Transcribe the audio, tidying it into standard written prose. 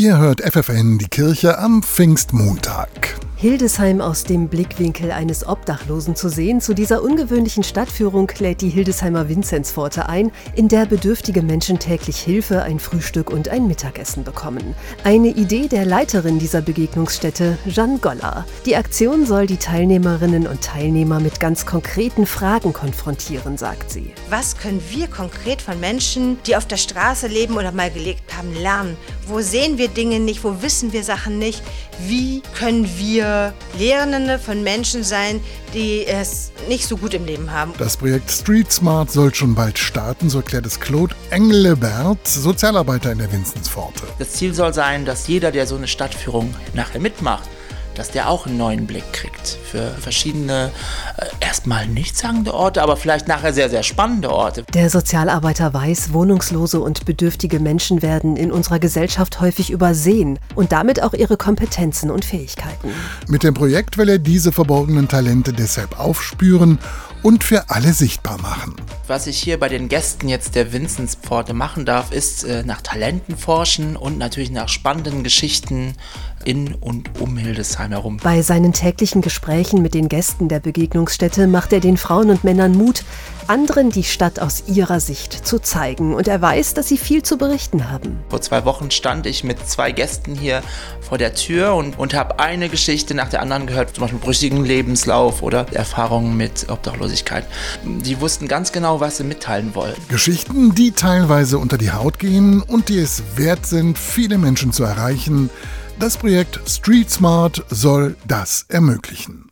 Ihr hört FFN, die Kirche am Pfingstmontag. Hildesheim aus dem Blickwinkel eines Obdachlosen zu sehen. Zu dieser ungewöhnlichen Stadtführung lädt die Hildesheimer Vinzenzpforte ein, in der bedürftige Menschen täglich Hilfe, ein Frühstück und ein Mittagessen bekommen. Eine Idee der Leiterin dieser Begegnungsstätte, Jeanne Goller. Die Aktion soll die Teilnehmerinnen und Teilnehmer mit ganz konkreten Fragen konfrontieren, sagt sie. Was können wir konkret von Menschen, die auf der Straße leben oder mal gelebt haben, lernen? Wo sehen wir Dinge nicht? Wo wissen wir Sachen nicht? Wie können wir Lehrende von Menschen sein, die es nicht so gut im Leben haben? Das Projekt Street Smart soll schon bald starten, so erklärt es Claude Engelebert, Sozialarbeiter in der Vinzenzpforte. Das Ziel soll sein, dass jeder, der so eine Stadtführung nachher mitmacht, dass der auch einen neuen Blick kriegt für verschiedene, erstmal nichtssagende Orte, aber vielleicht nachher sehr, sehr spannende Orte. Der Sozialarbeiter weiß, wohnungslose und bedürftige Menschen werden in unserer Gesellschaft häufig übersehen und damit auch ihre Kompetenzen und Fähigkeiten. Mit dem Projekt will er diese verborgenen Talente deshalb aufspüren und für alle sichtbar machen. Was ich hier bei den Gästen jetzt der Vinzenzpforte machen darf, ist nach Talenten forschen und natürlich nach spannenden Geschichten in und um Hildesheim herum. Bei seinen täglichen Gesprächen mit den Gästen der Begegnungsstätte macht er den Frauen und Männern Mut, anderen die Stadt aus ihrer Sicht zu zeigen. Und er weiß, dass sie viel zu berichten haben. Vor 2 Wochen stand ich mit 2 Gästen hier vor der Tür und habe eine Geschichte nach der anderen gehört, zum Beispiel brüchigen Lebenslauf oder Erfahrungen mit Obdachlosigkeit. Die wussten ganz genau, was sie mitteilen wollen. Geschichten, die teilweise unter die Haut gehen und die es wert sind, viele Menschen zu erreichen. Das Projekt Street Smart soll das ermöglichen.